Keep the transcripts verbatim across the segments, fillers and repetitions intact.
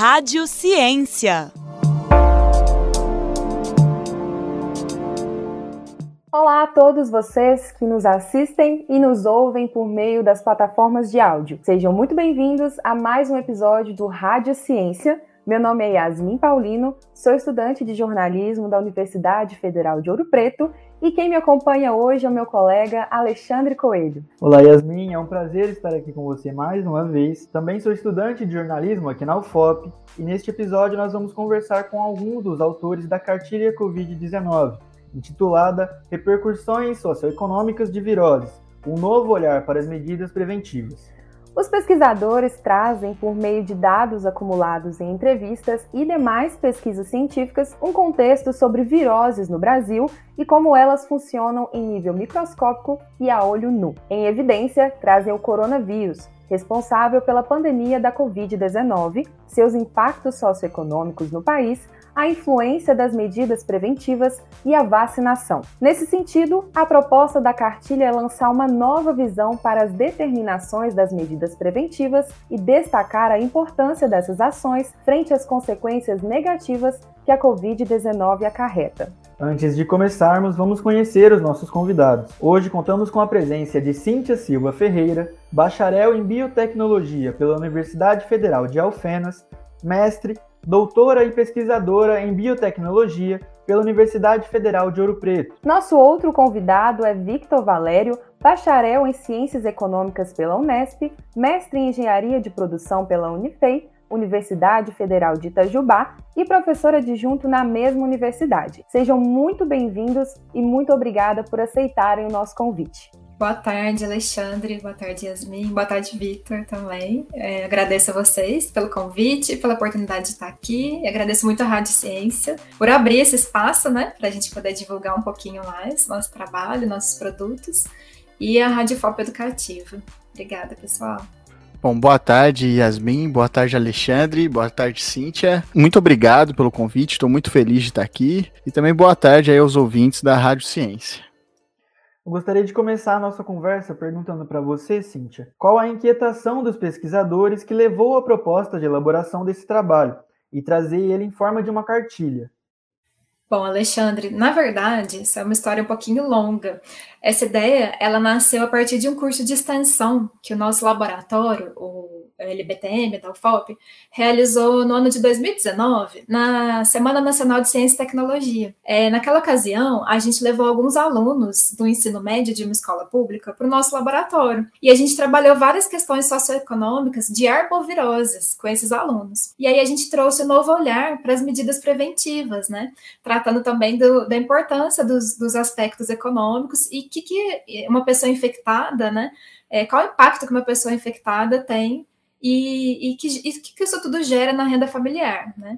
Rádio Ciência. Olá a todos vocês que nos assistem e nos ouvem por meio das plataformas de áudio. Sejam muito bem-vindos a mais um episódio do Rádio Ciência. Meu nome é Yasmin Paulino, sou estudante de jornalismo da Universidade Federal de Ouro Preto e quem me acompanha hoje é o meu colega Alexandre Coelho. Olá Yasmin, é um prazer estar aqui com você mais uma vez. Também sou estudante de jornalismo aqui na U F O P e neste episódio nós vamos conversar com alguns dos autores da cartilha covid dezenove, intitulada Repercussões Socioeconômicas de Viroses, um novo olhar para as medidas preventivas. Os pesquisadores trazem, por meio de dados acumulados em entrevistas e demais pesquisas científicas, um contexto sobre viroses no Brasil e como elas funcionam em nível microscópico e a olho nu. Em evidência, trazem o coronavírus, responsável pela pandemia da covid dezenove, seus impactos socioeconômicos no país, a influência das medidas preventivas e a vacinação. Nesse sentido, a proposta da cartilha é lançar uma nova visão para as determinações das medidas preventivas e destacar a importância dessas ações frente às consequências negativas que a covid dezenove acarreta. Antes de começarmos, vamos conhecer os nossos convidados. Hoje contamos com a presença de Cíntia Silva Ferreira, bacharel em Biotecnologia pela Universidade Federal de Alfenas, mestre, doutora e pesquisadora em Biotecnologia pela Universidade Federal de Ouro Preto. Nosso outro convidado é Victor Valério, bacharel em Ciências Econômicas pela Unesp, mestre em Engenharia de Produção pela Unifei, Universidade Federal de Itajubá e professor adjunto na mesma universidade. Sejam muito bem-vindos e muito obrigada por aceitarem o nosso convite. Boa tarde, Alexandre. Boa tarde, Yasmin. Boa tarde, Victor, também. É, agradeço a vocês pelo convite, pela oportunidade de estar aqui. E agradeço muito à Rádio Ciência por abrir esse espaço, né, para a gente poder divulgar um pouquinho mais nosso trabalho, nossos produtos, e a Rádio F O P Educativa. Obrigada, pessoal. Bom, boa tarde, Yasmin, boa tarde, Alexandre, boa tarde, Cíntia. Muito obrigado pelo convite, estou muito feliz de estar aqui. E também boa tarde aí aos ouvintes da Rádio Ciência. Eu gostaria de começar a nossa conversa perguntando para você, Cíntia, qual a inquietação dos pesquisadores que levou à proposta de elaboração desse trabalho e trazer ele em forma de uma cartilha? Bom, Alexandre, na verdade, isso é uma história um pouquinho longa. Essa ideia, ela nasceu a partir de um curso de extensão que o nosso laboratório, o L B T M da U F O P, realizou no ano de dois mil e dezenove, na Semana Nacional de Ciência e Tecnologia. É, naquela ocasião, a gente levou alguns alunos do ensino médio de uma escola pública para o nosso laboratório. E a gente trabalhou várias questões socioeconômicas de arboviroses com esses alunos. E aí a gente trouxe um novo olhar para as medidas preventivas, né? Tratando também do, da importância dos, dos aspectos econômicos e que, que uma pessoa infectada, né? É, qual o impacto que uma pessoa infectada tem e, e, que, e que isso tudo gera na renda familiar, né?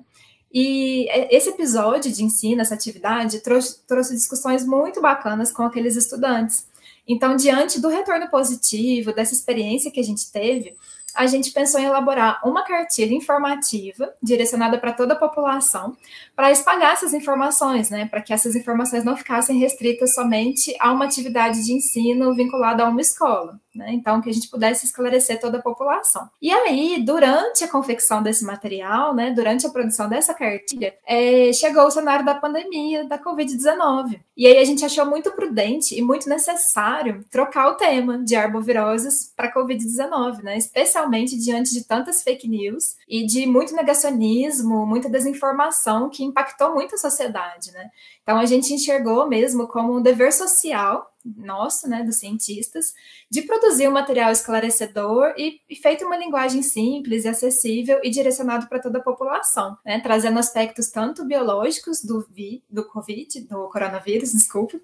E esse episódio de ensino, essa atividade, trouxe, trouxe discussões muito bacanas com aqueles estudantes. Então, diante do retorno positivo, dessa experiência que a gente teve, a gente pensou em elaborar uma cartilha informativa direcionada para toda a população, para espalhar essas informações, né, para que essas informações não ficassem restritas somente a uma atividade de ensino vinculada a uma escola, né, então que a gente pudesse esclarecer toda a população. E aí, durante a confecção desse material, né, durante a produção dessa cartilha, é, chegou o cenário da pandemia da covid dezenove. E aí a gente achou muito prudente e muito necessário trocar o tema de arboviroses para covid dezenove, né, especialmente diante de tantas fake news e de muito negacionismo, muita desinformação que impactou muito a sociedade, né? Então, a gente enxergou mesmo como um dever social nosso, né, dos cientistas, de produzir um material esclarecedor e, e feito uma linguagem simples e acessível e direcionado para toda a população, né, trazendo aspectos tanto biológicos do, vi, do Covid, do coronavírus, desculpa,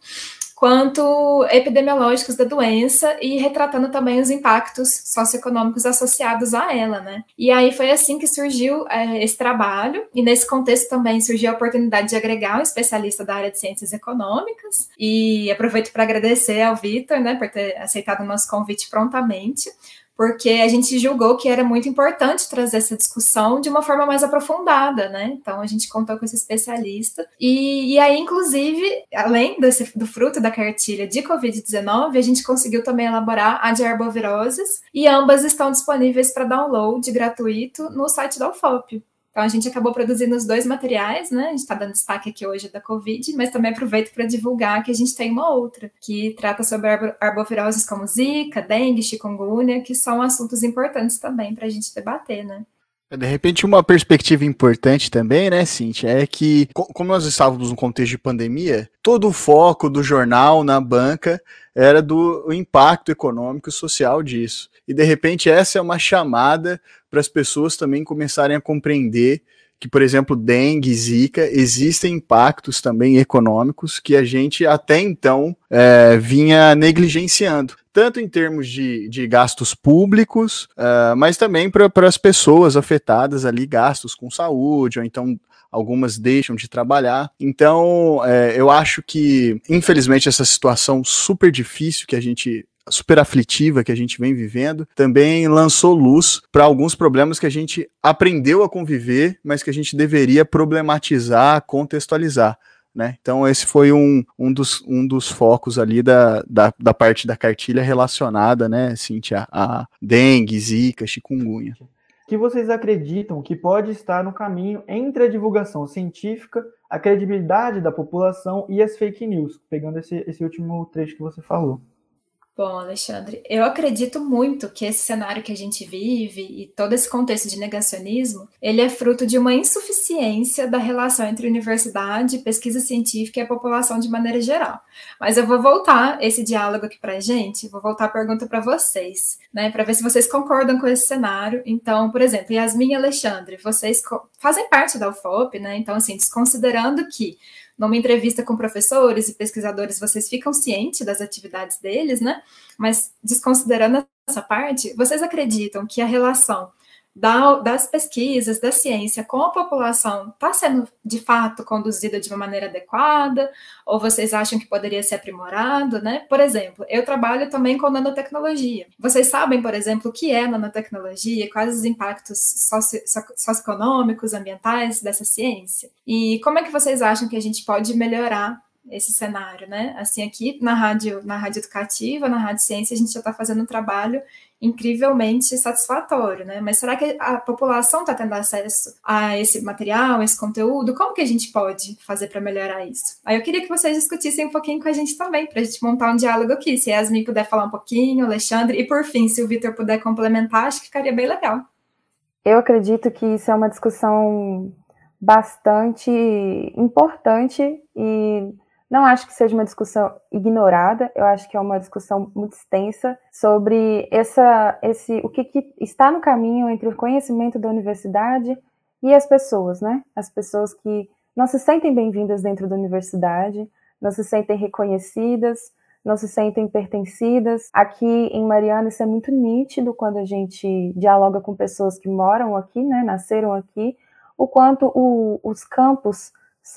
quanto epidemiológicos da doença e retratando também os impactos socioeconômicos associados a ela, né. E aí foi assim que surgiu é, esse trabalho, e nesse contexto também surgiu a oportunidade de agregar um especialista da área de ciências econômicas, e aproveito para agradecer ao Victor, né, por ter aceitado o nosso convite prontamente, porque a gente julgou que era muito importante trazer essa discussão de uma forma mais aprofundada, né? Então, a gente contou com esse especialista. E, e aí, inclusive, além desse, do fruto da cartilha de covid dezenove, a gente conseguiu também elaborar a de arboviroses, e ambas estão disponíveis para download gratuito no site da U F O P. Então, a gente acabou produzindo os dois materiais, né? A gente está dando destaque aqui hoje da Covid, mas também aproveito para divulgar que a gente tem uma outra, que trata sobre arboviroses como Zika, dengue, chikungunya, que são assuntos importantes também para a gente debater, né? De repente, uma perspectiva importante também, né, Cíntia, é que, como nós estávamos num contexto de pandemia, todo o foco do jornal na banca era do impacto econômico e social disso. E, de repente, essa é uma chamada para as pessoas também começarem a compreender que, por exemplo, dengue, zika, existem impactos também econômicos que a gente até então é, vinha negligenciando, tanto em termos de, de gastos públicos, uh, mas também para as pessoas afetadas ali, gastos com saúde, ou então algumas deixam de trabalhar. Então, é, eu acho que, infelizmente, essa situação super difícil que a gente super aflitiva que a gente vem vivendo, também lançou luz para alguns problemas que a gente aprendeu a conviver, mas que a gente deveria problematizar, contextualizar, né? Então esse foi um, um, dos, um dos focos ali da, da, da parte da cartilha relacionada, né, Cíntia, a dengue, zika, chikungunya. Que vocês acreditam que pode estar no caminho entre a divulgação científica, a credibilidade da população e as fake news, pegando esse, esse último trecho que você falou? Bom, Alexandre, eu acredito muito que esse cenário que a gente vive e todo esse contexto de negacionismo, ele é fruto de uma insuficiência da relação entre universidade, pesquisa científica e a população de maneira geral. Mas eu vou voltar esse diálogo aqui para a gente, vou voltar a pergunta para vocês, né, para ver se vocês concordam com esse cenário. Então, por exemplo, Yasmin e Alexandre, vocês fazem parte da U F O P, né? Então, assim, desconsiderando que numa entrevista com professores e pesquisadores, vocês ficam cientes das atividades deles, né? Mas, desconsiderando essa parte, vocês acreditam que a relação da, das pesquisas, da ciência com a população está sendo, de fato, conduzida de uma maneira adequada? Ou vocês acham que poderia ser aprimorado, né? Por exemplo, eu trabalho também com nanotecnologia. Vocês sabem, por exemplo, o que é nanotecnologia, quais os impactos socio, socioeconômicos, ambientais dessa ciência? E como é que vocês acham que a gente pode melhorar esse cenário, né? Assim, aqui na rádio, na rádio educativa, na Rádio Ciência, a gente já está fazendo um trabalho incrivelmente satisfatório, né? Mas será que a população está tendo acesso a esse material, a esse conteúdo? Como que a gente pode fazer para melhorar isso? Aí eu queria que vocês discutissem um pouquinho com a gente também, para a gente montar um diálogo aqui. Se a Yasmin puder falar um pouquinho, Alexandre, e por fim, se o Vitor puder complementar, acho que ficaria bem legal. Eu acredito que isso é uma discussão bastante importante e não acho que seja uma discussão ignorada, eu acho que é uma discussão muito extensa sobre essa, esse, o que, que está no caminho entre o conhecimento da universidade e as pessoas, né? As pessoas que não se sentem bem-vindas dentro da universidade, não se sentem reconhecidas, não se sentem pertencidas. Aqui em Mariana isso é muito nítido quando a gente dialoga com pessoas que moram aqui, né? Nasceram aqui, o quanto o, os campos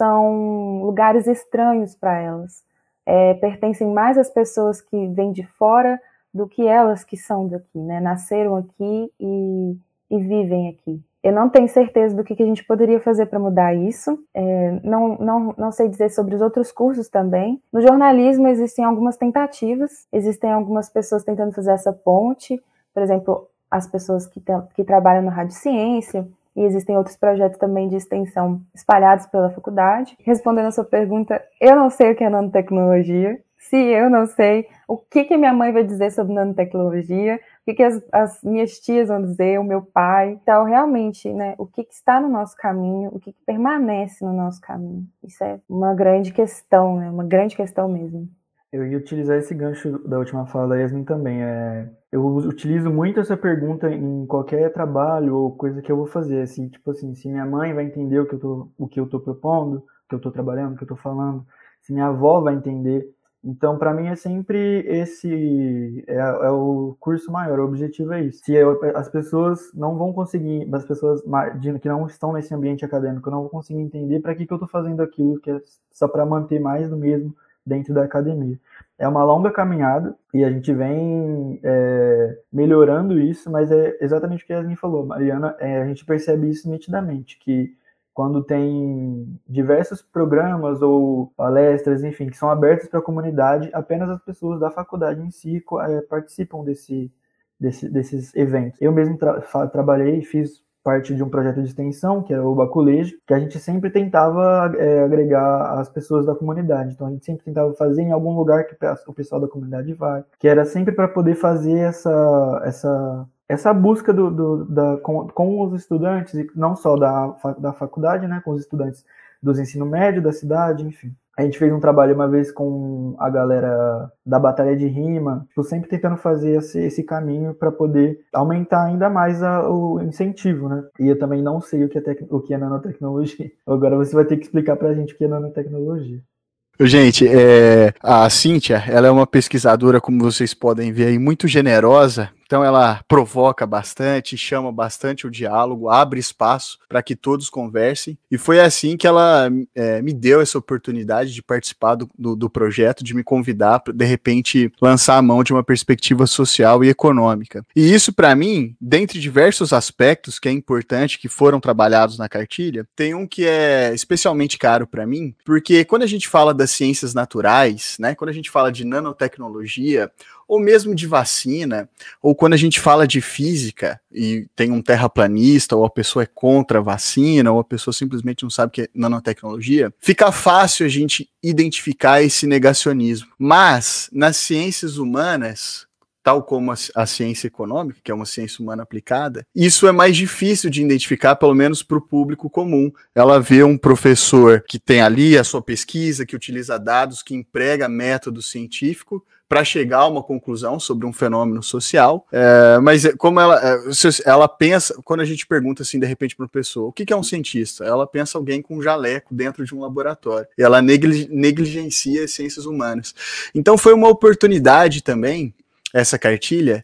são lugares estranhos para elas, é, pertencem mais às pessoas que vêm de fora do que elas que são daqui, né? Nasceram aqui e, e vivem aqui. Eu não tenho certeza do que, que a gente poderia fazer para mudar isso, é, não, não, não sei dizer sobre os outros cursos também. No jornalismo existem algumas tentativas, existem algumas pessoas tentando fazer essa ponte, por exemplo, as pessoas que, tem, que trabalham na Rádio Ciência, e existem outros projetos também de extensão espalhados pela faculdade. Respondendo a sua pergunta, eu não sei o que é nanotecnologia. Se eu não sei, o que, que minha mãe vai dizer sobre nanotecnologia? O que, que as, as minhas tias vão dizer? O meu pai? Então, realmente, né, o que, que está no nosso caminho? O que, que permanece no nosso caminho? Isso é uma grande questão, né? Uma grande questão mesmo. Eu ia utilizar esse gancho da última fala da Yasmin também. É, eu utilizo muito essa pergunta em qualquer trabalho ou coisa que eu vou fazer. Assim, tipo assim, se minha mãe vai entender o que eu tô, o que eu tô propondo, o que eu tô trabalhando, o que eu tô falando, se minha avó vai entender. Então, para mim, é sempre esse, é, é o curso maior, o objetivo é isso. Se eu, as pessoas não vão conseguir, as pessoas que não estão nesse ambiente acadêmico não vão conseguir entender para que, que eu tô fazendo aquilo, que é só para manter mais do mesmo dentro da academia. É uma longa caminhada e a gente vem é, melhorando isso, mas é exatamente o que a Yasmin falou, Mariana, é, a gente percebe isso nitidamente, que quando tem diversos programas ou palestras, enfim, que são abertos para a comunidade, apenas as pessoas da faculdade em si é, participam desse, desse, desses eventos. Eu mesmo tra- trabalhei e fiz parte de um projeto de extensão, que era o Baculejo, que a gente sempre tentava é, agregar as pessoas da comunidade. Então a gente sempre tentava fazer em algum lugar que o pessoal da comunidade vai, que era sempre para poder fazer essa, essa, essa busca do, do, da, com, com os estudantes, e não só da, da faculdade, né, com os estudantes dos ensino médio, da cidade, enfim. A gente fez um trabalho uma vez com a galera da Batalha de Rima, tipo, sempre tentando fazer esse, esse caminho para poder aumentar ainda mais a, o incentivo, né? E eu também não sei o que é, tec, o que é nanotecnologia. Agora você vai ter que explicar pra gente o que é nanotecnologia. Gente, é, a Cíntia, ela é uma pesquisadora, como vocês podem ver aí, muito generosa. Então ela provoca bastante, chama bastante o diálogo, abre espaço para que todos conversem. E foi assim que ela é, me deu essa oportunidade de participar do, do, do projeto, de me convidar para, de repente, lançar a mão de uma perspectiva social e econômica. E isso, para mim, dentre diversos aspectos que é importante, que foram trabalhados na cartilha, tem um que é especialmente caro para mim, porque quando a gente fala das ciências naturais, né, quando a gente fala de nanotecnologia, ou mesmo de vacina, ou quando a gente fala de física e tem um terraplanista, ou a pessoa é contra a vacina, ou a pessoa simplesmente não sabe o que é nanotecnologia, fica fácil a gente identificar esse negacionismo. Mas, nas ciências humanas, tal como a, a ciência econômica, que é uma ciência humana aplicada, isso é mais difícil de identificar, pelo menos para o público comum. Ela vê um professor que tem ali a sua pesquisa, que utiliza dados, que emprega método científico, para chegar a uma conclusão sobre um fenômeno social, é, mas como ela, ela pensa, quando a gente pergunta assim, de repente para uma pessoa, o que é um cientista? Ela pensa alguém com um jaleco dentro de um laboratório, e ela negligencia as ciências humanas. Então foi uma oportunidade também, essa cartilha,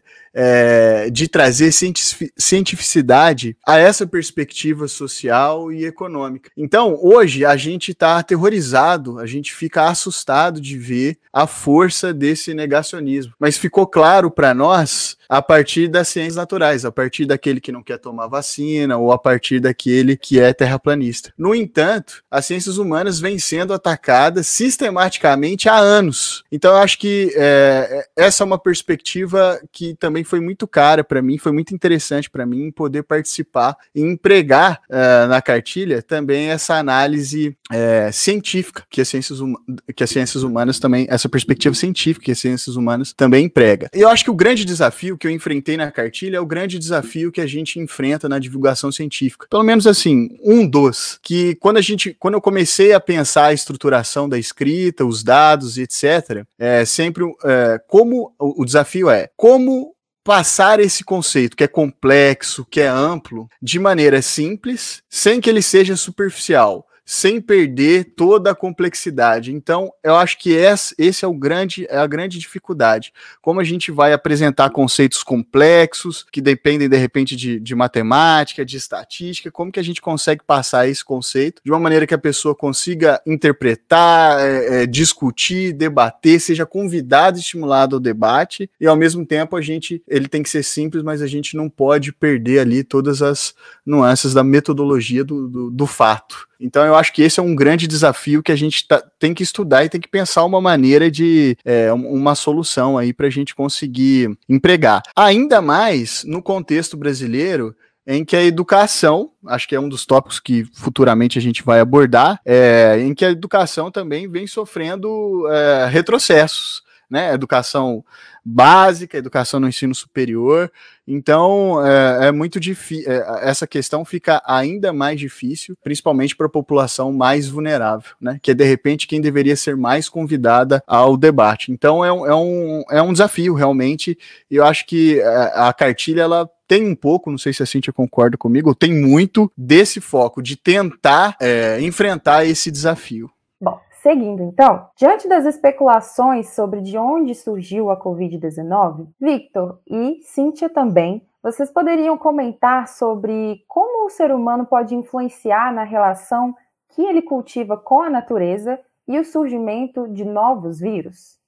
é, de trazer cientificidade a essa perspectiva social e econômica. Então, hoje, a gente está aterrorizado, a gente fica assustado de ver a força desse negacionismo. Mas ficou claro para nós a partir das ciências naturais, a partir daquele que não quer tomar vacina ou a partir daquele que é terraplanista. No entanto, as ciências humanas vêm sendo atacadas sistematicamente há anos. Então, eu acho que é, essa é uma perspectiva que também foi muito cara para mim, foi muito interessante para mim poder participar e empregar uh, na cartilha também essa análise uh, científica que as, ciências que as ciências humanas também, essa perspectiva científica que as ciências humanas também emprega. E eu acho que o grande desafio que eu enfrentei na cartilha é o grande desafio que a gente enfrenta na divulgação científica. Pelo menos assim, um dos, que quando a gente, quando eu comecei a pensar a estruturação da escrita, os dados, etcétera, é sempre é, como o, o desafio é como passar esse conceito que é complexo, que é amplo, de maneira simples, sem que ele seja superficial, sem perder toda a complexidade. Então, eu acho que esse, esse é, o grande, é a grande dificuldade. Como a gente vai apresentar conceitos complexos, que dependem, de repente, de, de matemática, de estatística, como que a gente consegue passar esse conceito de uma maneira que a pessoa consiga interpretar, é, é, discutir, debater, seja convidado e estimulado ao debate, e, ao mesmo tempo, a gente, ele tem que ser simples, mas a gente não pode perder ali todas as nuances da metodologia do, do, do fato. Então eu acho que esse é um grande desafio que a gente tá, tem que estudar e tem que pensar uma maneira de, é, uma solução aí para a gente conseguir empregar. Ainda mais no contexto brasileiro, em que a educação, acho que é um dos tópicos que futuramente a gente vai abordar, é, em que a educação também vem sofrendo é, retrocessos, né? Educação básica, educação no ensino superior. Então, é, é muito difícil, é, essa questão fica ainda mais difícil, principalmente para a população mais vulnerável, né? Que é, de repente, quem deveria ser mais convidada ao debate. Então, é um, é um, é um desafio, realmente, e eu acho que a, a cartilha, ela tem um pouco, não sei se a Cíntia concorda comigo, tem muito desse foco de tentar é, enfrentar esse desafio. Bom, seguindo então, diante das especulações sobre de onde surgiu a covid dezenove, Victor e Cíntia também, vocês poderiam comentar sobre como o ser humano pode influenciar na relação que ele cultiva com a natureza e o surgimento de novos vírus?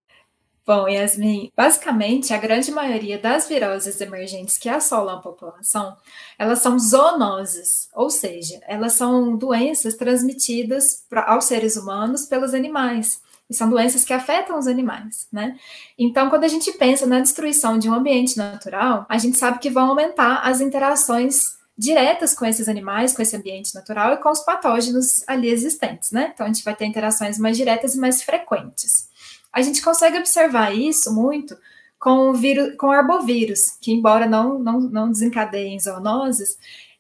Bom, Yasmin, basicamente a grande maioria das viroses emergentes que assolam a população, elas são zoonoses, ou seja, elas são doenças transmitidas pra, aos seres humanos pelos animais, e são doenças que afetam os animais, né? Então, quando a gente pensa na destruição de um ambiente natural, a gente sabe que vão aumentar as interações diretas com esses animais, com esse ambiente natural e com os patógenos ali existentes, né? Então, a gente vai ter interações mais diretas e mais frequentes. A gente consegue observar isso muito com o vírus, com arbovírus, que embora não, não, não desencadeiem zoonoses,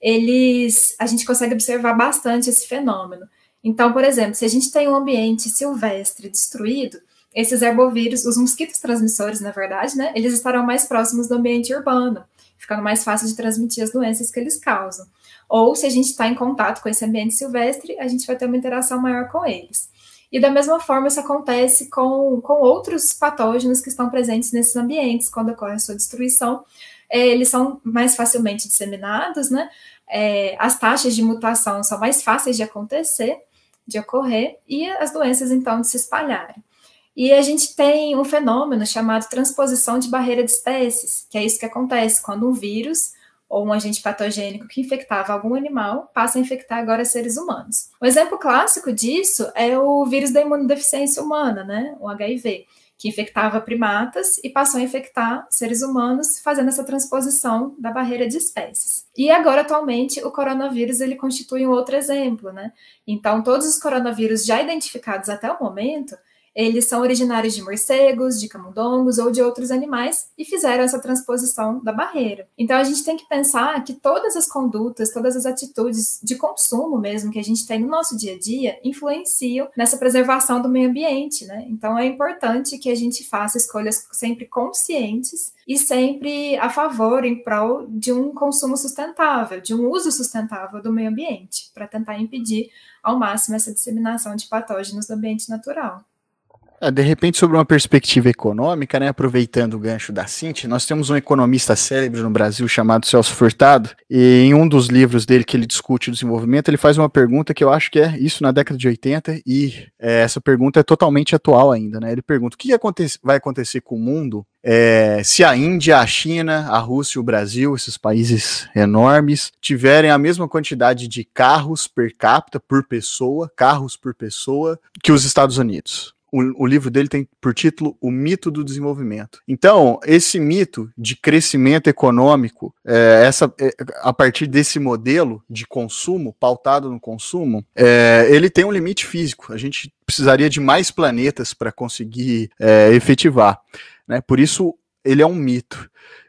eles, a gente consegue observar bastante esse fenômeno. Então, por exemplo, se a gente tem um ambiente silvestre destruído, esses herbovírus, os mosquitos transmissores, na verdade, né, eles estarão mais próximos do ambiente urbano, ficando mais fácil de transmitir as doenças que eles causam. Ou, se a gente está em contato com esse ambiente silvestre, a gente vai ter uma interação maior com eles. E da mesma forma, isso acontece com, com outros patógenos que estão presentes nesses ambientes, quando ocorre a sua destruição. É, eles são mais facilmente disseminados, né? É, as taxas de mutação são mais fáceis de acontecer, de ocorrer, e as doenças, então, de se espalharem. E a gente tem um fenômeno chamado transposição de barreira de espécies, que é isso que acontece quando um vírus ou um agente patogênico que infectava algum animal passa a infectar agora seres humanos. Um exemplo clássico disso é o vírus da imunodeficiência humana, né, o H I V, que infectava primatas e passou a infectar seres humanos, fazendo essa transposição da barreira de espécies. E agora, atualmente, o coronavírus ele constitui um outro exemplo, né? Então, todos os coronavírus já identificados até o momento, eles são originários de morcegos, de camundongos ou de outros animais e fizeram essa transposição da barreira. Então, a gente tem que pensar que todas as condutas, todas as atitudes de consumo mesmo que a gente tem no nosso dia a dia influenciam nessa preservação do meio ambiente, né? Então, é importante que a gente faça escolhas sempre conscientes e sempre a favor, em prol de um consumo sustentável, de um uso sustentável do meio ambiente, para tentar impedir ao máximo essa disseminação de patógenos do ambiente natural. De repente, sobre uma perspectiva econômica, né, aproveitando o gancho da Cintia, nós temos um economista célebre no Brasil chamado Celso Furtado, e em um dos livros dele que ele discute o desenvolvimento, ele faz uma pergunta que eu acho que é isso na década de oitenta, e é, essa pergunta é totalmente atual ainda, né? Ele pergunta, o que aconte- vai acontecer com o mundo é, se a Índia, a China, a Rússia e o Brasil, esses países enormes, tiverem a mesma quantidade de carros per capita, por pessoa, carros por pessoa, que os Estados Unidos? O, o livro dele tem por título O Mito do Desenvolvimento. Então, esse mito de crescimento econômico, é, essa, é, a partir desse modelo de consumo, pautado no consumo, é, ele tem um limite físico. A gente precisaria de mais planetas para conseguir é, efetivar, né? Por isso, ele é um mito.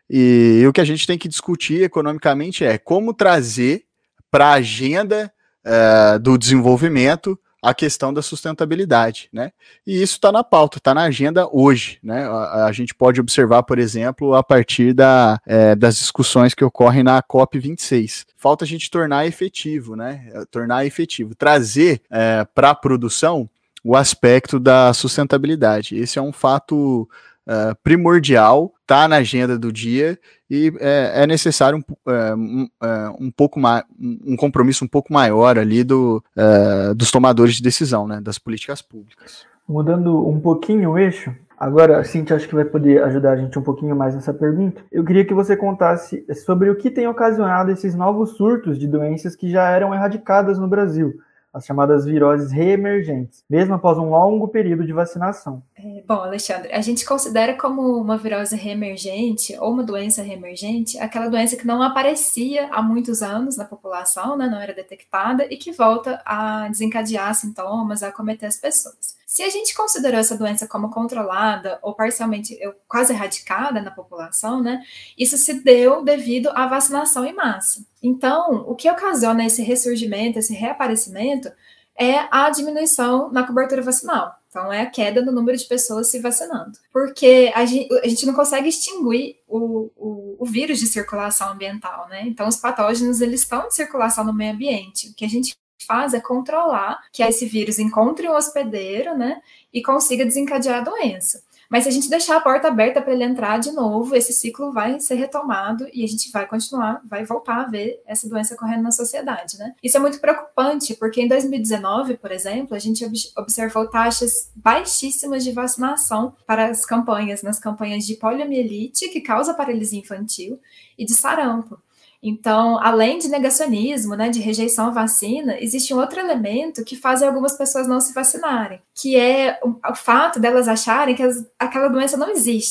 E, e o que a gente tem que discutir economicamente é como trazer para a agenda é, do desenvolvimento a questão da sustentabilidade, né? E isso está na pauta, está na agenda hoje, né? A, a gente pode observar, por exemplo, a partir da, é, das discussões que ocorrem na COP vinte e seis. Falta a gente tornar efetivo, né? Tornar efetivo, trazer é, para a produção o aspecto da sustentabilidade. Esse é um fato Uh, primordial, está na agenda do dia e é, é necessário um, um, um pouco mais, um compromisso um pouco maior ali do, uh, dos tomadores de decisão, né, das políticas públicas. Mudando um pouquinho o eixo, agora a Cintia acho que vai poder ajudar a gente um pouquinho mais nessa pergunta. Eu queria que você contasse sobre o que tem ocasionado esses novos surtos de doenças que já eram erradicadas no Brasil, as chamadas viroses reemergentes, mesmo após um longo período de vacinação. É, bom, Alexandre, a gente considera como uma virose reemergente ou uma doença reemergente aquela doença que não aparecia há muitos anos na população, né, não era detectada e que volta a desencadear sintomas, a acometer as pessoas. Se a gente considerou essa doença como controlada ou parcialmente quase erradicada na população, né, isso se deu devido à vacinação em massa. Então, o que ocasiona esse ressurgimento, esse reaparecimento, é a diminuição na cobertura vacinal. Então, é a queda no número de pessoas se vacinando. Porque a gente, a gente não consegue extinguir o, o, o vírus de circulação ambiental, né? Então, os patógenos, eles estão de circulação no meio ambiente. O que a gente faz é controlar que esse vírus encontre um hospedeiro, né, e consiga desencadear a doença. Mas se a gente deixar a porta aberta para ele entrar de novo, esse ciclo vai ser retomado e a gente vai continuar, vai voltar a ver essa doença correndo na sociedade, né? Isso é muito preocupante, porque em dois mil e dezenove, por exemplo, a gente observou taxas baixíssimas de vacinação para as campanhas, nas campanhas de poliomielite, que causa paralisia infantil, e de sarampo. Então, além de negacionismo, né, de rejeição à vacina, existe um outro elemento que faz algumas pessoas não se vacinarem, que é o, o fato delas acharem que as, aquela doença não existe.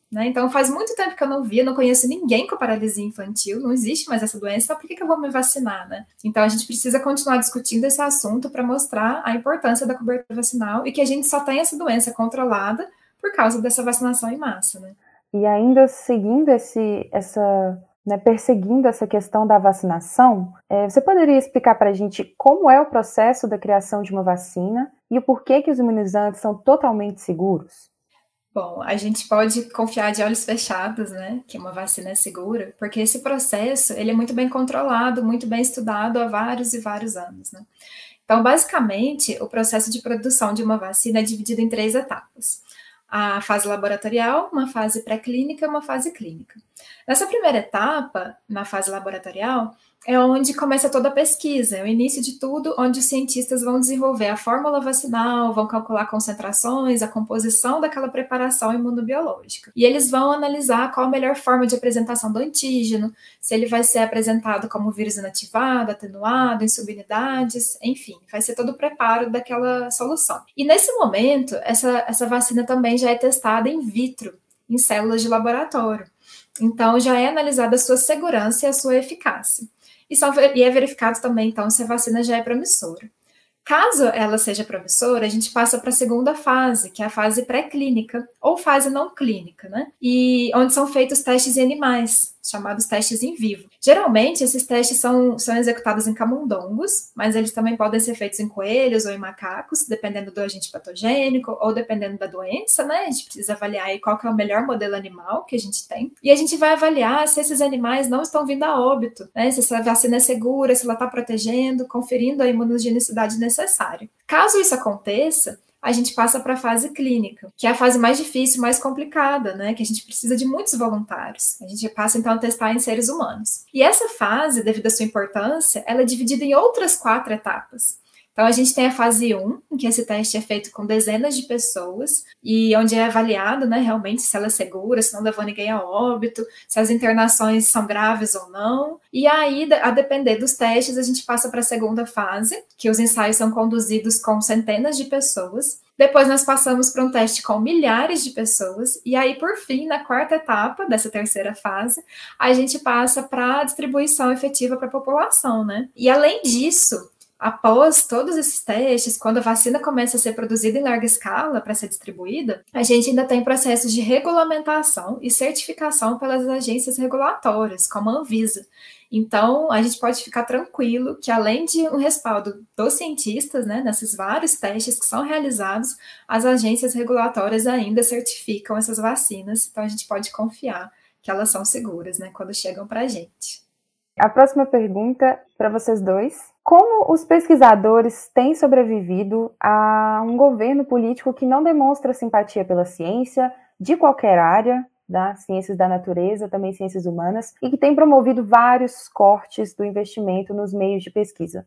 Né? Então, faz muito tempo que eu não vi, eu não conheço ninguém com paralisia infantil, não existe mais essa doença, então por que, que eu vou me vacinar, né? Então, a gente precisa continuar discutindo esse assunto para mostrar a importância da cobertura vacinal e que a gente só tem essa doença controlada por causa dessa vacinação em massa, né? E ainda seguindo esse, essa, né, perseguindo essa questão da vacinação, é, você poderia explicar para a gente como é o processo da criação de uma vacina e o porquê que os imunizantes são totalmente seguros? Bom, a gente pode confiar de olhos fechados, né, que uma vacina é segura, porque esse processo, ele é muito bem controlado, muito bem estudado há vários e vários anos, né. Então, basicamente, o processo de produção de uma vacina é dividido em três etapas. A fase laboratorial, uma fase pré-clínica e uma fase clínica. Nessa primeira etapa, na fase laboratorial, é onde começa toda a pesquisa, é o início de tudo, onde os cientistas vão desenvolver a fórmula vacinal, vão calcular concentrações, a composição daquela preparação imunobiológica. E eles vão analisar qual a melhor forma de apresentação do antígeno, se ele vai ser apresentado como vírus inativado, atenuado, em subunidades, enfim, vai ser todo o preparo daquela solução. E nesse momento, essa, essa vacina também já é testada in vitro, em células de laboratório. Então, já é analisada a sua segurança e a sua eficácia. E, só, e é verificado também, então, se a vacina já é promissora. Caso ela seja promissora, a gente passa para a segunda fase, que é a fase pré-clínica, ou fase não clínica, né? E onde são feitos testes em animais, chamados testes in vivo. Geralmente, esses testes são, são executados em camundongos, mas eles também podem ser feitos em coelhos ou em macacos, dependendo do agente patogênico ou dependendo da doença, né? A gente precisa avaliar aí qual que é o melhor modelo animal que a gente tem. E a gente vai avaliar se esses animais não estão vindo a óbito, né? Se essa vacina é segura, se ela está protegendo, conferindo a imunogenicidade necessária. Caso isso aconteça, a gente passa para a fase clínica, que é a fase mais difícil, mais complicada, né? Que a gente precisa de muitos voluntários. A gente passa, então, a testar em seres humanos. E essa fase, devido à sua importância, ela é dividida em outras quatro etapas. Então, a gente tem a fase um, em que esse teste é feito com dezenas de pessoas, e onde é avaliado, né, realmente, se ela é segura, se não levou ninguém a óbito, se as internações são graves ou não. E aí, a depender dos testes, a gente passa para a segunda fase, que os ensaios são conduzidos com centenas de pessoas. Depois nós passamos para um teste com milhares de pessoas, e aí, por fim, na quarta etapa dessa terceira fase, a gente passa para a distribuição efetiva para a população, né? E além disso, após todos esses testes, quando a vacina começa a ser produzida em larga escala para ser distribuída, a gente ainda tem processos de regulamentação e certificação pelas agências regulatórias, como a Anvisa. Então, a gente pode ficar tranquilo que, além de um respaldo dos cientistas, né, nesses vários testes que são realizados, as agências regulatórias ainda certificam essas vacinas, então a gente pode confiar que elas são seguras, né, quando chegam para a gente. A próxima pergunta para vocês dois. Como os pesquisadores têm sobrevivido a um governo político que não demonstra simpatia pela ciência, de qualquer área, das ciências da natureza, também ciências humanas, e que tem promovido vários cortes do investimento nos meios de pesquisa?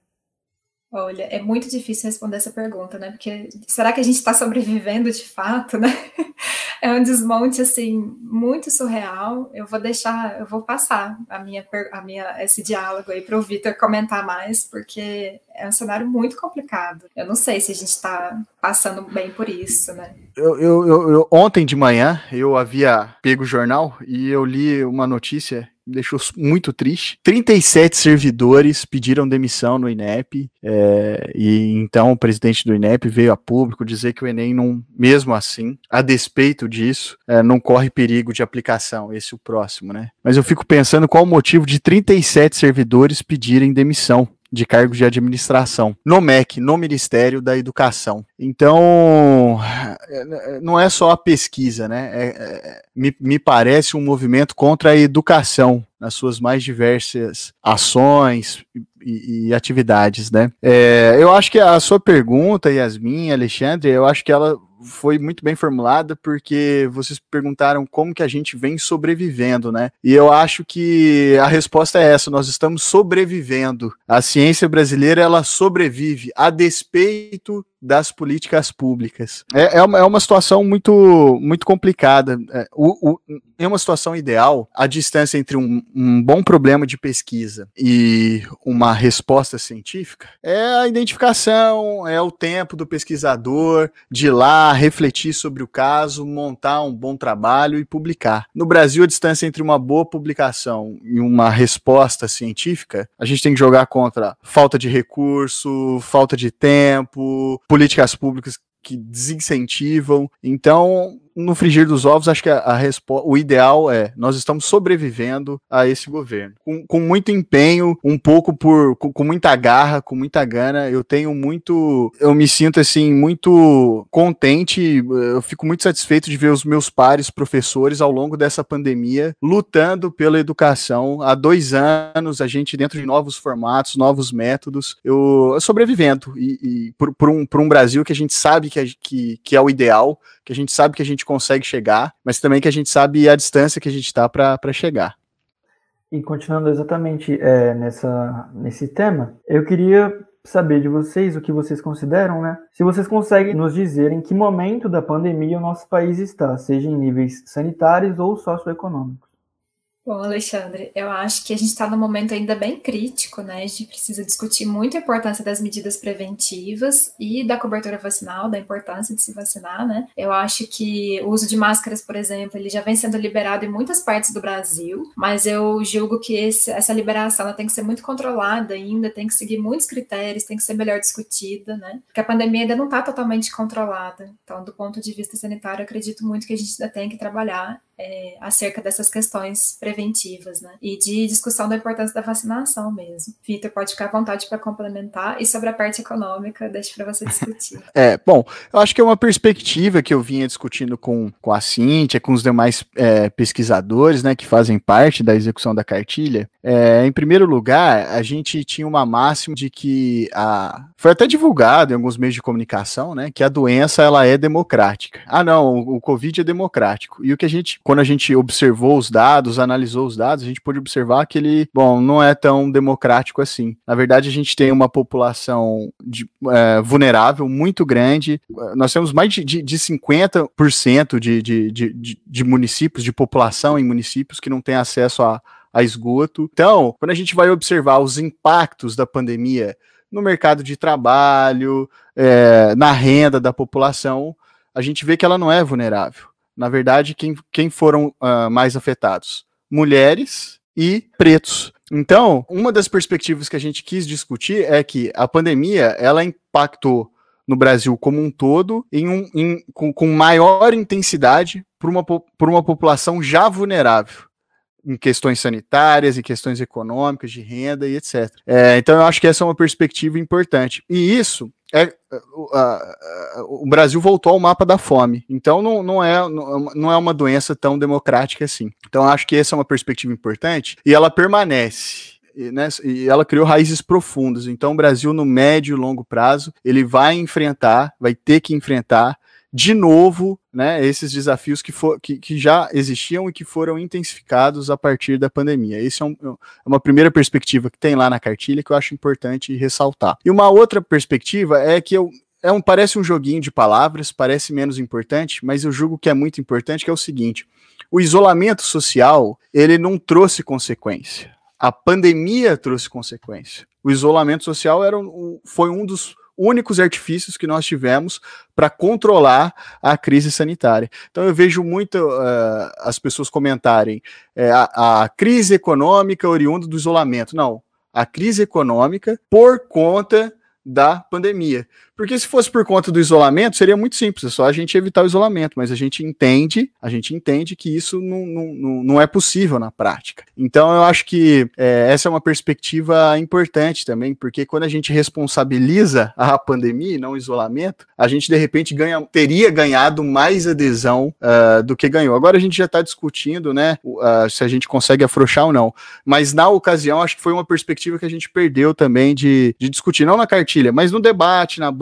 Olha, é muito difícil responder essa pergunta, né? Porque será que a gente está sobrevivendo de fato, né? É um desmonte, assim, muito surreal. Eu vou deixar, eu vou passar a minha, a minha, esse diálogo aí para o Vitor comentar mais, porque é um cenário muito complicado. Eu não sei se a gente está passando bem por isso, né? Eu, eu, eu, eu, ontem de manhã, eu havia pego o jornal e eu li uma notícia, me deixou muito triste. trinta e sete servidores pediram demissão no INEP, é, e então o presidente do INEP veio a público dizer que o Enem, não, mesmo assim, a despeito disso, é, não corre perigo de aplicação, esse é o próximo, né? Mas eu fico pensando qual o motivo de trinta e sete servidores pedirem demissão de cargos de administração, no M E C, no Ministério da Educação. Então, não é só a pesquisa, né? É, é, me, me parece um movimento contra a educação, nas suas mais diversas ações e, e atividades, né? É, eu acho que a sua pergunta, Yasmin, Alexandre, eu acho que ela foi muito bem formulada, porque vocês perguntaram como que a gente vem sobrevivendo, né? E eu acho que a resposta é essa: nós estamos sobrevivendo. A ciência brasileira, ela sobrevive a despeito das políticas públicas. É, é, uma, é uma situação muito, muito complicada. É, o, o, em uma situação ideal, a distância entre um, um bom problema de pesquisa e uma resposta científica é a identificação, é o tempo do pesquisador de ir lá, refletir sobre o caso, montar um bom trabalho e publicar. No Brasil, a distância entre uma boa publicação e uma resposta científica, a gente tem que jogar contra falta de recurso, falta de tempo, políticas públicas que desincentivam. Então, no frigir dos ovos, acho que a, a respo- o ideal é, nós estamos sobrevivendo a esse governo. Com, com muito empenho, um pouco por, com, com muita garra, com muita gana, eu tenho muito, eu me sinto assim, muito contente, eu fico muito satisfeito de ver os meus pares professores ao longo dessa pandemia, lutando pela educação. Há dois anos, a gente dentro de novos formatos, novos métodos, eu, eu sobrevivendo, e, e por, por, um, por um Brasil que a gente sabe que, que, que é o ideal, que a gente sabe que a gente consegue chegar, mas também que a gente sabe a distância que a gente está para chegar. E continuando exatamente é, nessa, nesse tema, eu queria saber de vocês o que vocês consideram, né? Se vocês conseguem nos dizer em que momento da pandemia o nosso país está, seja em níveis sanitários ou socioeconômicos. Bom, Alexandre, eu acho que a gente está num momento ainda bem crítico, né? A gente precisa discutir muito a importância das medidas preventivas e da cobertura vacinal, da importância de se vacinar, né? Eu acho que o uso de máscaras, por exemplo, ele já vem sendo liberado em muitas partes do Brasil, mas eu julgo que esse, essa liberação ela tem que ser muito controlada ainda, tem que seguir muitos critérios, tem que ser melhor discutida, né? Porque a pandemia ainda não está totalmente controlada. Então, do ponto de vista sanitário, eu acredito muito que a gente ainda tem que trabalhar É, acerca dessas questões preventivas, né? E de discussão da importância da vacinação mesmo. Vitor, pode ficar à vontade para complementar. E sobre a parte econômica, deixo para você discutir. É, bom, eu acho que é uma perspectiva que eu vinha discutindo com, com a Cíntia, com os demais é, pesquisadores, né, que fazem parte da execução da cartilha. É, em primeiro lugar, a gente tinha uma máxima de que a... foi até divulgado em alguns meios de comunicação, né, que a doença ela é democrática. Ah, não, o, o Covid é democrático. E o que a gente quando a gente observou os dados, analisou os dados, a gente pôde observar que ele, bom, não é tão democrático assim. Na verdade, a gente tem uma população de, é, vulnerável muito grande. Nós temos mais de, de, de cinquenta por cento de, de, de, de municípios, de população em municípios que não têm acesso a, a esgoto. Então, quando a gente vai observar os impactos da pandemia no mercado de trabalho, é, na renda da população, a gente vê que ela não é vulnerável. Na verdade, quem, quem foram uh, mais afetados? Mulheres e pretos. Então, uma das perspectivas que a gente quis discutir é que a pandemia, ela impactou no Brasil como um todo, em um, em, com, com maior intensidade por uma, por uma população já vulnerável, em questões sanitárias, em questões econômicas, de renda e etcétera. É, então, eu acho que essa é uma perspectiva importante. E isso... É, uh, uh, o Brasil voltou ao mapa da fome, então não, não, é, não, não é uma doença tão democrática assim. Então acho que essa é uma perspectiva importante e ela permanece, e, né, e ela criou raízes profundas. Então o Brasil no médio e longo prazo ele vai enfrentar, vai ter que enfrentar de novo, né, esses desafios que, for, que, que já existiam e que foram intensificados a partir da pandemia. Essa é, um, é uma primeira perspectiva que tem lá na cartilha que eu acho importante ressaltar. E uma outra perspectiva é que eu, é um, parece um joguinho de palavras, parece menos importante, mas eu julgo que é muito importante, que é o seguinte: o isolamento social, ele não trouxe consequência. A pandemia trouxe consequência. O isolamento social era um, foi um dos únicos artifícios que nós tivemos para controlar a crise sanitária. Então eu vejo muito uh, as pessoas comentarem é, a, a crise econômica oriunda do isolamento. Não, a crise econômica por conta da pandemia. Porque se fosse por conta do isolamento, seria muito simples, é só a gente evitar o isolamento, mas a gente entende, a gente entende que isso não, não, não é possível na prática. Então eu acho que é, essa é uma perspectiva importante também, porque quando a gente responsabiliza a pandemia e não o isolamento, a gente de repente ganha, teria ganhado mais adesão uh, do que ganhou. Agora a gente já está discutindo, né, uh, se a gente consegue afrouxar ou não, mas na ocasião acho que foi uma perspectiva que a gente perdeu também de, de discutir, não na cartilha, mas no debate, na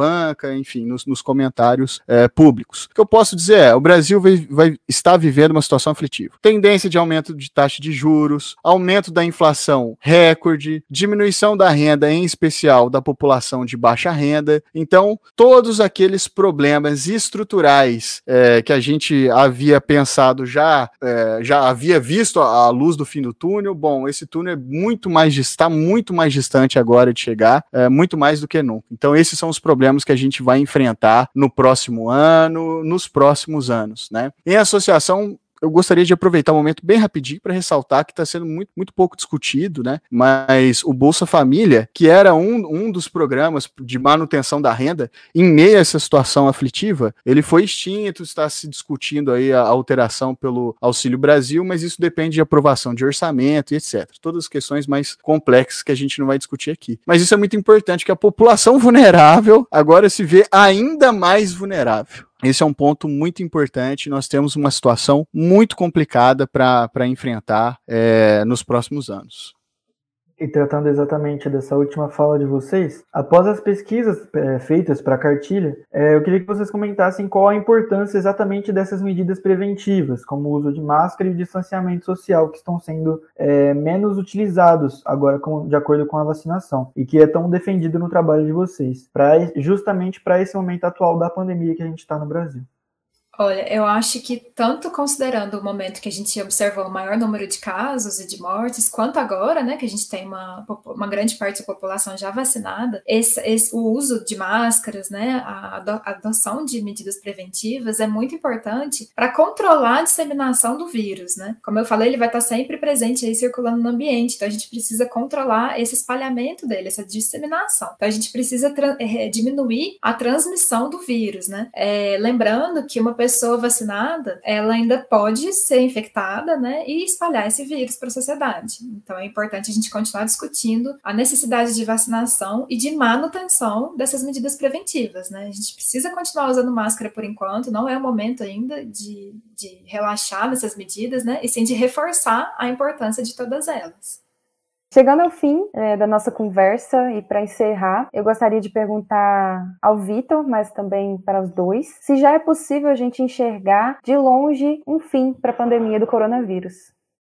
banca, enfim, nos, nos comentários é, públicos. O que eu posso dizer é, o Brasil vai, vai estar vivendo uma situação aflitiva. Tendência de aumento de taxa de juros, aumento da inflação recorde, diminuição da renda, em especial da população de baixa renda. Então, todos aqueles problemas estruturais é, que a gente havia pensado já, é, já havia visto a, a luz do fim do túnel, bom, esse túnel é muito mais, está muito mais distante agora de chegar, é, muito mais do que nunca. Então, esses são os problemas que a gente vai enfrentar no próximo ano, nos próximos anos, né? Em associação, eu gostaria de aproveitar um momento bem rapidinho para ressaltar que está sendo muito, muito pouco discutido, né? Mas o Bolsa Família, que era um, um dos programas de manutenção da renda, em meio a essa situação aflitiva, ele foi extinto, está se discutindo aí a alteração pelo Auxílio Brasil, mas isso depende de aprovação de orçamento e etcétera. Todas as questões mais complexas que a gente não vai discutir aqui. Mas isso é muito importante, que a população vulnerável agora se vê ainda mais vulnerável. Esse é um ponto muito importante. Nós temos uma situação muito complicada para enfrentar é, nos próximos anos. E tratando exatamente dessa última fala de vocês, após as pesquisas é, feitas para a cartilha, é, eu queria que vocês comentassem qual a importância exatamente dessas medidas preventivas, como o uso de máscara e o distanciamento social, que estão sendo é, menos utilizados agora com, de acordo com a vacinação, e que é tão defendido no trabalho de vocês, pra, justamente para esse momento atual da pandemia que a gente está no Brasil. Olha, eu acho que tanto considerando o momento que a gente observou o maior número de casos e de mortes, quanto agora, né, que a gente tem uma, uma grande parte da população já vacinada, esse, esse, o uso de máscaras, né, a adoção de medidas preventivas é muito importante para controlar a disseminação do vírus, né? Como eu falei, ele vai estar sempre presente aí circulando no ambiente, então a gente precisa controlar esse espalhamento dele, essa disseminação. Então a gente precisa é, diminuir a transmissão do vírus, né? É, lembrando que uma pessoa vacinada, ela ainda pode ser infectada, né, e espalhar esse vírus para a sociedade. Então é importante a gente continuar discutindo a necessidade de vacinação e de manutenção dessas medidas preventivas, né? A gente precisa continuar usando máscara por enquanto, não é o momento ainda de, de relaxar nessas medidas, né, e sim de reforçar a importância de todas elas. Chegando ao fim é, da nossa conversa e para encerrar, eu gostaria de perguntar ao Vitor, mas também para os dois, se já é possível a gente enxergar de longe um fim para a pandemia do coronavírus.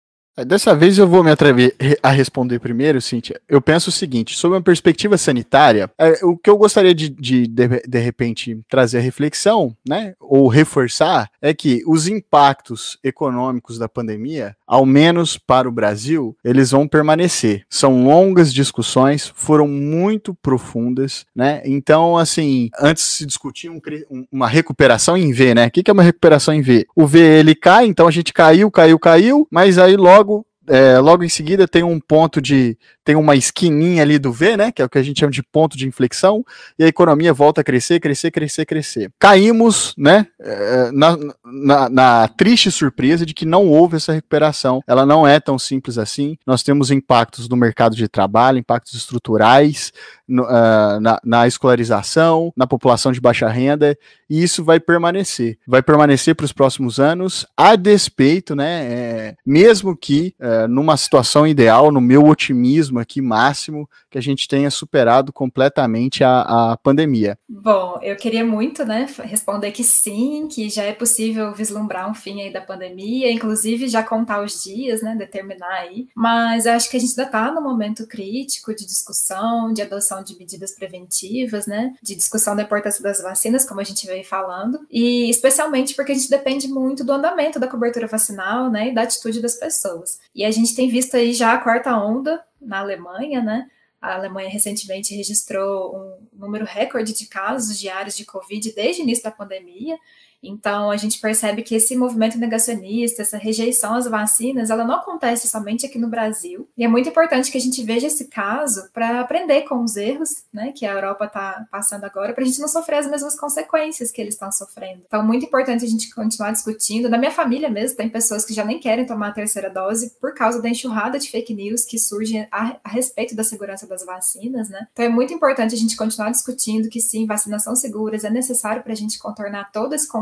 Dessa vez eu vou me atrever a responder primeiro, Cíntia. Eu penso o seguinte, sob uma perspectiva sanitária, é, o que eu gostaria de, de, de, de repente, trazer a reflexão, né, ou reforçar, é que os impactos econômicos da pandemia, ao menos para o Brasil, eles vão permanecer. São longas discussões, foram muito profundas, né, então, assim, antes se discutia um, uma recuperação em V, né, o que, que é uma recuperação em V? O V, ele cai, então a gente caiu, caiu, caiu, mas aí logo É, logo em seguida tem um ponto de, tem uma esquininha ali do V, né, que é o que a gente chama de ponto de inflexão, e a economia volta a crescer, crescer, crescer, crescer. Caímos, né, na, na, na triste surpresa de que não houve essa recuperação, ela não é tão simples assim, nós temos impactos no mercado de trabalho, impactos estruturais, no, uh, na, na escolarização, na população de baixa renda, e isso vai permanecer, vai permanecer para os próximos anos, a despeito, né, é, mesmo que é, numa situação ideal, no meu otimismo aqui máximo, que a gente tenha superado completamente a, a pandemia. Bom, eu queria muito, né, responder que sim, que já é possível vislumbrar um fim aí da pandemia, inclusive já contar os dias, né, determinar aí, mas eu acho que a gente ainda está num momento crítico de discussão, de adoção de medidas preventivas, né, de discussão da importância das vacinas, como a gente veio falando, e especialmente porque a gente depende muito do andamento da cobertura vacinal, né, e da atitude das pessoas. E a gente tem visto aí já a quarta onda na Alemanha, né? A Alemanha recentemente registrou um número recorde de casos diários de Covid desde o início da pandemia. Então, a gente percebe que esse movimento negacionista, essa rejeição às vacinas, ela não acontece somente aqui no Brasil. E é muito importante que a gente veja esse caso para aprender com os erros, né, que a Europa está passando agora, para a gente não sofrer as mesmas consequências que eles estão sofrendo. Então, muito importante a gente continuar discutindo. Na minha família mesmo, tem pessoas que já nem querem tomar a terceira dose por causa da enxurrada de fake news que surge a, a respeito da segurança das vacinas, né? Então, é muito importante a gente continuar discutindo que, sim, vacinação seguras é necessário para a gente contornar todo esse contexto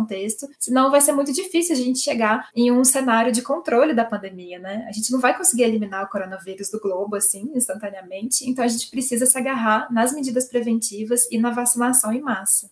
contexto, senão vai ser muito difícil a gente chegar em um cenário de controle da pandemia, né? A gente não vai conseguir eliminar o coronavírus do globo, assim, instantaneamente, então a gente precisa se agarrar nas medidas preventivas e na vacinação em massa.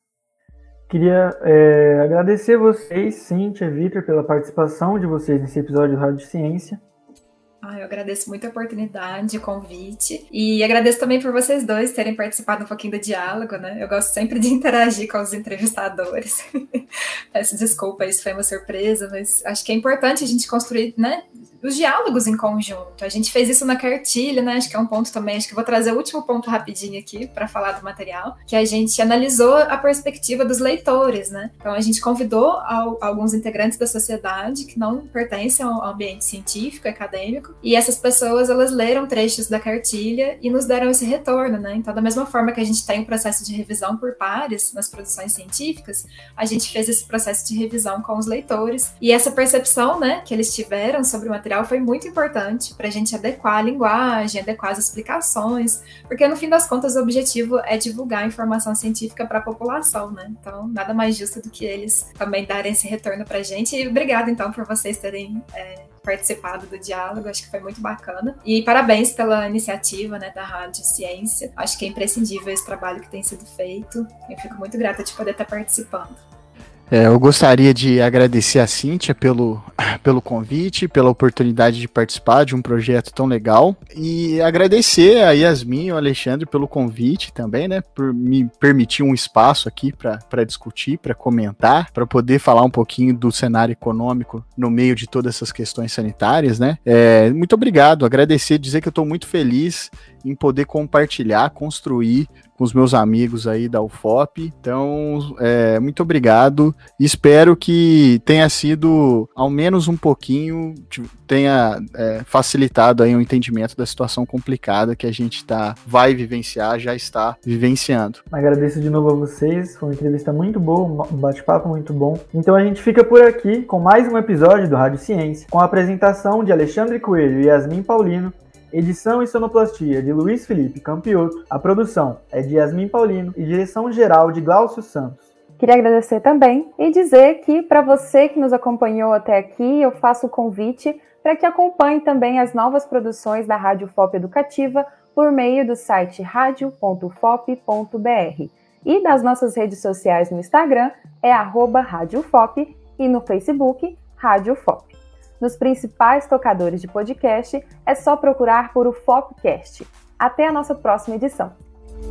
Queria é, agradecer vocês, Cíntia, Vitor, pela participação de vocês nesse episódio do Rádio Ciência. Ah, eu agradeço muito a oportunidade, o convite, e agradeço também por vocês dois terem participado um pouquinho do diálogo, né? Eu gosto sempre de interagir com os entrevistadores. Peço desculpa, isso foi uma surpresa, mas acho que é importante a gente construir, né, os diálogos em conjunto. A gente fez isso na cartilha, né? Acho que é um ponto também, acho que vou trazer o último ponto rapidinho aqui para falar do material, que a gente analisou a perspectiva dos leitores, né? Então a gente convidou ao, alguns integrantes da sociedade que não pertencem ao ambiente científico, acadêmico, e essas pessoas, elas leram trechos da cartilha e nos deram esse retorno, né? Então, da mesma forma que a gente tem um processo de revisão por pares nas produções científicas, a gente fez esse processo de revisão com os leitores, e essa percepção, né, que eles tiveram sobre o material foi muito importante para a gente adequar a linguagem, adequar as explicações, porque no fim das contas o objetivo é divulgar a informação científica para a população, né? Então, nada mais justo do que eles também darem esse retorno para a gente, e obrigado, então, por vocês terem é, participado do diálogo, acho que foi muito bacana. E parabéns pela iniciativa, né, da Rádio Ciência. Acho que é imprescindível esse trabalho que tem sido feito. Eu fico muito grata de poder estar participando. É, eu gostaria de agradecer a Cíntia pelo, pelo convite, pela oportunidade de participar de um projeto tão legal, e agradecer a Yasmin e o Alexandre pelo convite também, né, por me permitir um espaço aqui para discutir, para comentar, para poder falar um pouquinho do cenário econômico no meio de todas essas questões sanitárias, né. É, muito obrigado, agradecer, dizer que eu estou muito feliz em poder compartilhar, construir com os meus amigos aí da U F O P. Então, é, muito obrigado. Espero que tenha sido, ao menos um pouquinho, tenha é, facilitado aí o entendimento da situação complicada que a gente tá, vai vivenciar, já está vivenciando. Agradeço de novo a vocês, foi uma entrevista muito boa, um bate-papo muito bom. Então a gente fica por aqui com mais um episódio do Rádio Ciência, com a apresentação de Alexandre Coelho e Yasmin Paulino, edição e sonoplastia de Luiz Felipe Campioto, a produção é de Yasmin Paulino e direção geral de Glaucio Santos. Queria agradecer também e dizer que para você que nos acompanhou até aqui, eu faço o convite para que acompanhe também as novas produções da Rádio F O P Educativa por meio do site radio ponto fop ponto br e das nossas redes sociais no Instagram é arroba Rádio F O P e no Facebook Rádio F O P. Nos principais tocadores de podcast, é só procurar por o Fopcast. Até a nossa próxima edição.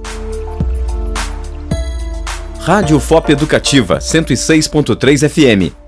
Rádio F O P Educativa cento e seis ponto três F M.